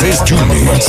Ramsés Yunes.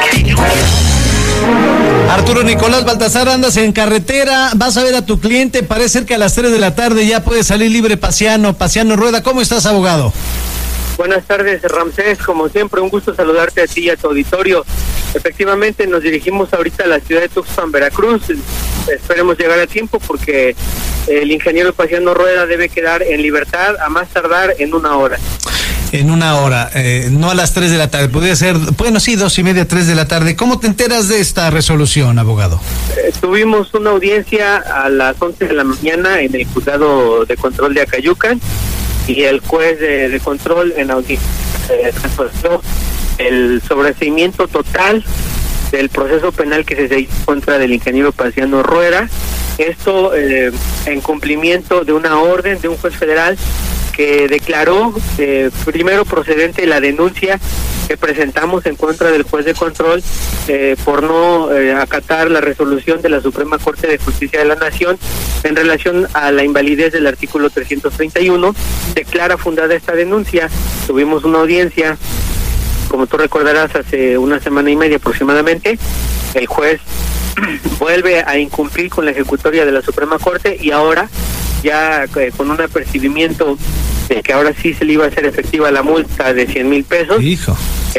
Arturo Nicolás Baltasar, andas en carretera, vas a ver a tu cliente, parece ser que a las 3 de la tarde ya puede salir libre Paciano Rueda. ¿Cómo estás, abogado? Buenas tardes, Ramsés, como siempre, un gusto saludarte a ti y a tu auditorio. Efectivamente, nos dirigimos ahorita a la ciudad de Tuxpan, Veracruz. Esperemos llegar a tiempo porque el ingeniero Paciano Rueda debe quedar en libertad a más tardar en 1 hora. En 1 hora, no a las 3 de la tarde, podría ser, bueno, sí, 2:30, 3 de la tarde. ¿Cómo te enteras de esta resolución, abogado? Tuvimos una audiencia a las 11 de la mañana en el juzgado de control de Acayucan y el juez de control en audiencia resolvió el sobreseimiento total del proceso penal que se hizo contra del ingeniero Paciano Rueda. Esto en cumplimiento de una orden de un juez federal que declaró primero procedente la denuncia que presentamos en contra del juez de control por no acatar la resolución de la Suprema Corte de Justicia de la Nación en relación a la invalidez del artículo 331. Declara fundada esta denuncia. Tuvimos una audiencia, como tú recordarás, hace 1 semana y media aproximadamente. El juez vuelve a incumplir con la ejecutoria de la Suprema Corte y ahora ya con un apercibimiento de que ahora sí se le iba a hacer efectiva la multa de 100,000 pesos. Hijo.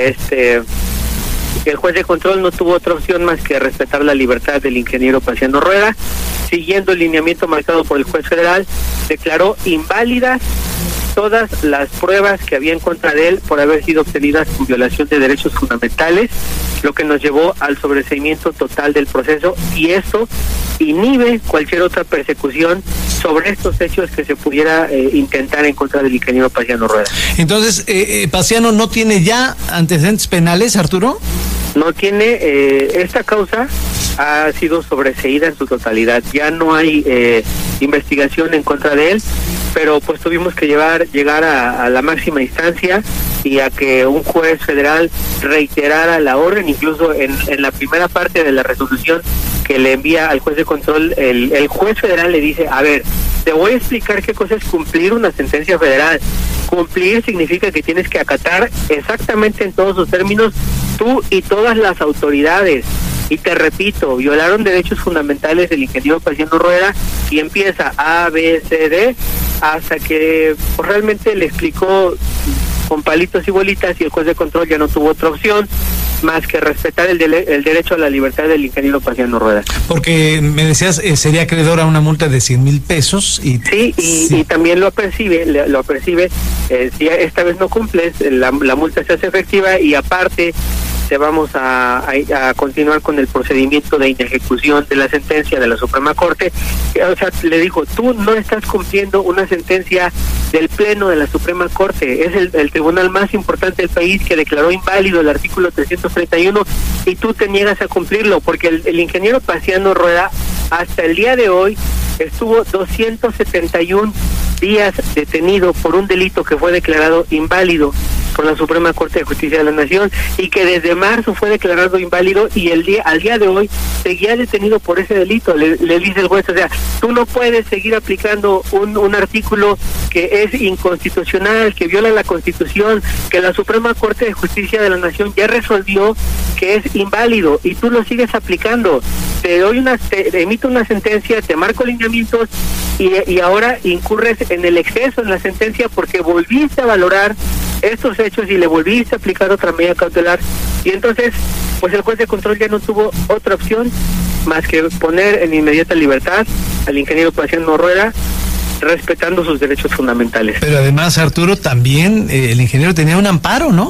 El juez de control no tuvo otra opción más que respetar la libertad del ingeniero Paciano Rueda. Siguiendo el lineamiento marcado por el juez federal, declaró inválidas todas las pruebas que había en contra de él por haber sido obtenidas con violación de derechos fundamentales, lo que nos llevó al sobreseimiento total del proceso, y esto inhibe cualquier otra persecución sobre estos hechos que se pudiera intentar en contra del ingeniero Paciano Rueda. Entonces, Paciano no tiene ya antecedentes penales, Arturo. No tiene, esta causa ha sido sobreseída en su totalidad, ya no hay investigación en contra de él, pero pues tuvimos que llegar a la máxima instancia y a que un juez federal reiterara la orden. Incluso en la primera parte de la resolución que le envía al juez de control, el juez federal le dice: a ver, te voy a explicar qué cosa es cumplir una sentencia federal. Cumplir significa que tienes que acatar exactamente en todos sus términos tú y todas las autoridades. Y te repito, violaron derechos fundamentales del ingeniero Paciano Rueda, y empieza A, B, C, D, hasta que pues, realmente le explicó con palitos y bolitas, y el juez de control ya no tuvo otra opción más que respetar el derecho a la libertad del ingeniero Paciano Rueda. Porque me decías, sería acreedor a una multa de 100,000 pesos. Y también lo apercibe, si esta vez no cumples, la multa se hace efectiva, y aparte vamos a continuar con el procedimiento de inejecución de la sentencia de la Suprema Corte. O sea, le dijo: tú no estás cumpliendo una sentencia del Pleno de la Suprema Corte, es el tribunal más importante del país que declaró inválido el artículo 331, y tú te niegas a cumplirlo, porque el ingeniero Paciano Rueda hasta el día de hoy estuvo 271 días detenido por un delito que fue declarado inválido por la Suprema Corte de Justicia de la Nación, y que desde marzo fue declarado inválido, y al día de hoy seguía detenido por ese delito. Le dice el juez: o sea, tú no puedes seguir aplicando un artículo que es inconstitucional, que viola la Constitución, que la Suprema Corte de Justicia de la Nación ya resolvió que es inválido, y tú lo sigues aplicando. Te emito una sentencia, te marco lineamientos, y ahora incurres en el exceso en la sentencia porque volviste a valorar estos hechos y le volviste a aplicar otra medida cautelar. Y entonces, pues el juez de control ya no tuvo otra opción más que poner en inmediata libertad al ingeniero Paciano Rueda, respetando sus derechos fundamentales. Pero además, Arturo, también el ingeniero tenía un amparo, ¿no?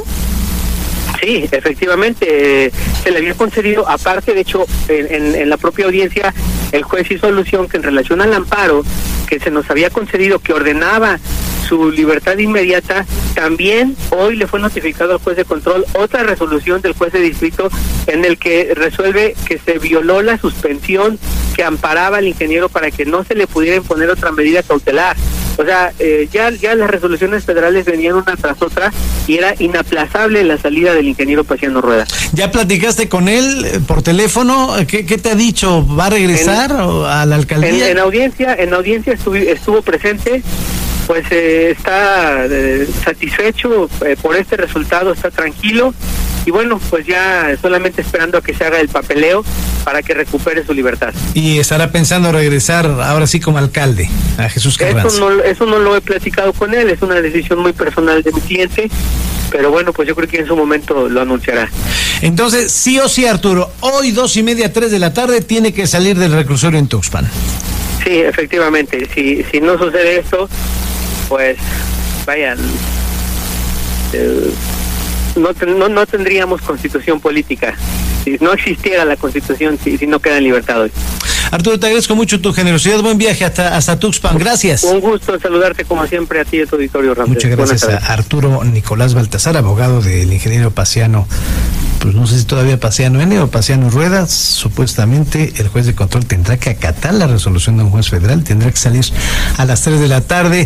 Sí, efectivamente, se le había concedido, aparte, de hecho, en la propia audiencia, el juez hizo alusión que en relación al amparo que se nos había concedido, que ordenaba su libertad inmediata, también hoy le fue notificado al juez de control otra resolución del juez de distrito en el que resuelve que se violó la suspensión que amparaba al ingeniero para que no se le pudiera imponer otra medida cautelar. O sea, ya las resoluciones federales venían una tras otra y era inaplazable la salida del ingeniero Paciano Rueda. ¿Ya platicaste con él por teléfono? ¿Qué te ha dicho? ¿Va a regresar a la alcaldía? En audiencia estuvo presente. Pues está satisfecho por este resultado, está tranquilo, y bueno, pues ya solamente esperando a que se haga el papeleo para que recupere su libertad. Y estará pensando regresar ahora sí como alcalde a Jesús Carranza. Eso no lo he platicado con él, es una decisión muy personal de mi cliente, pero bueno, pues yo creo que en su momento lo anunciará. Entonces, sí o sí, Arturo, hoy 2:30, 3 de la tarde tiene que salir del reclusorio en Tuxpan. Sí, efectivamente, si no sucede esto, pues vayan, no tendríamos constitución política. Si no existiera la constitución, si no queda en libertad hoy. Arturo, te agradezco mucho tu generosidad. Buen viaje hasta Tuxpan. Gracias. Un gusto saludarte como siempre a ti y a tu auditorio, Ramírez. Muchas gracias a Arturo Nicolás Baltasar, abogado del ingeniero Paciano. Pues no sé si todavía Paciano N o Paciano Rueda. Supuestamente el juez de control tendrá que acatar la resolución de un juez federal. Tendrá que salir a las 3 de la tarde.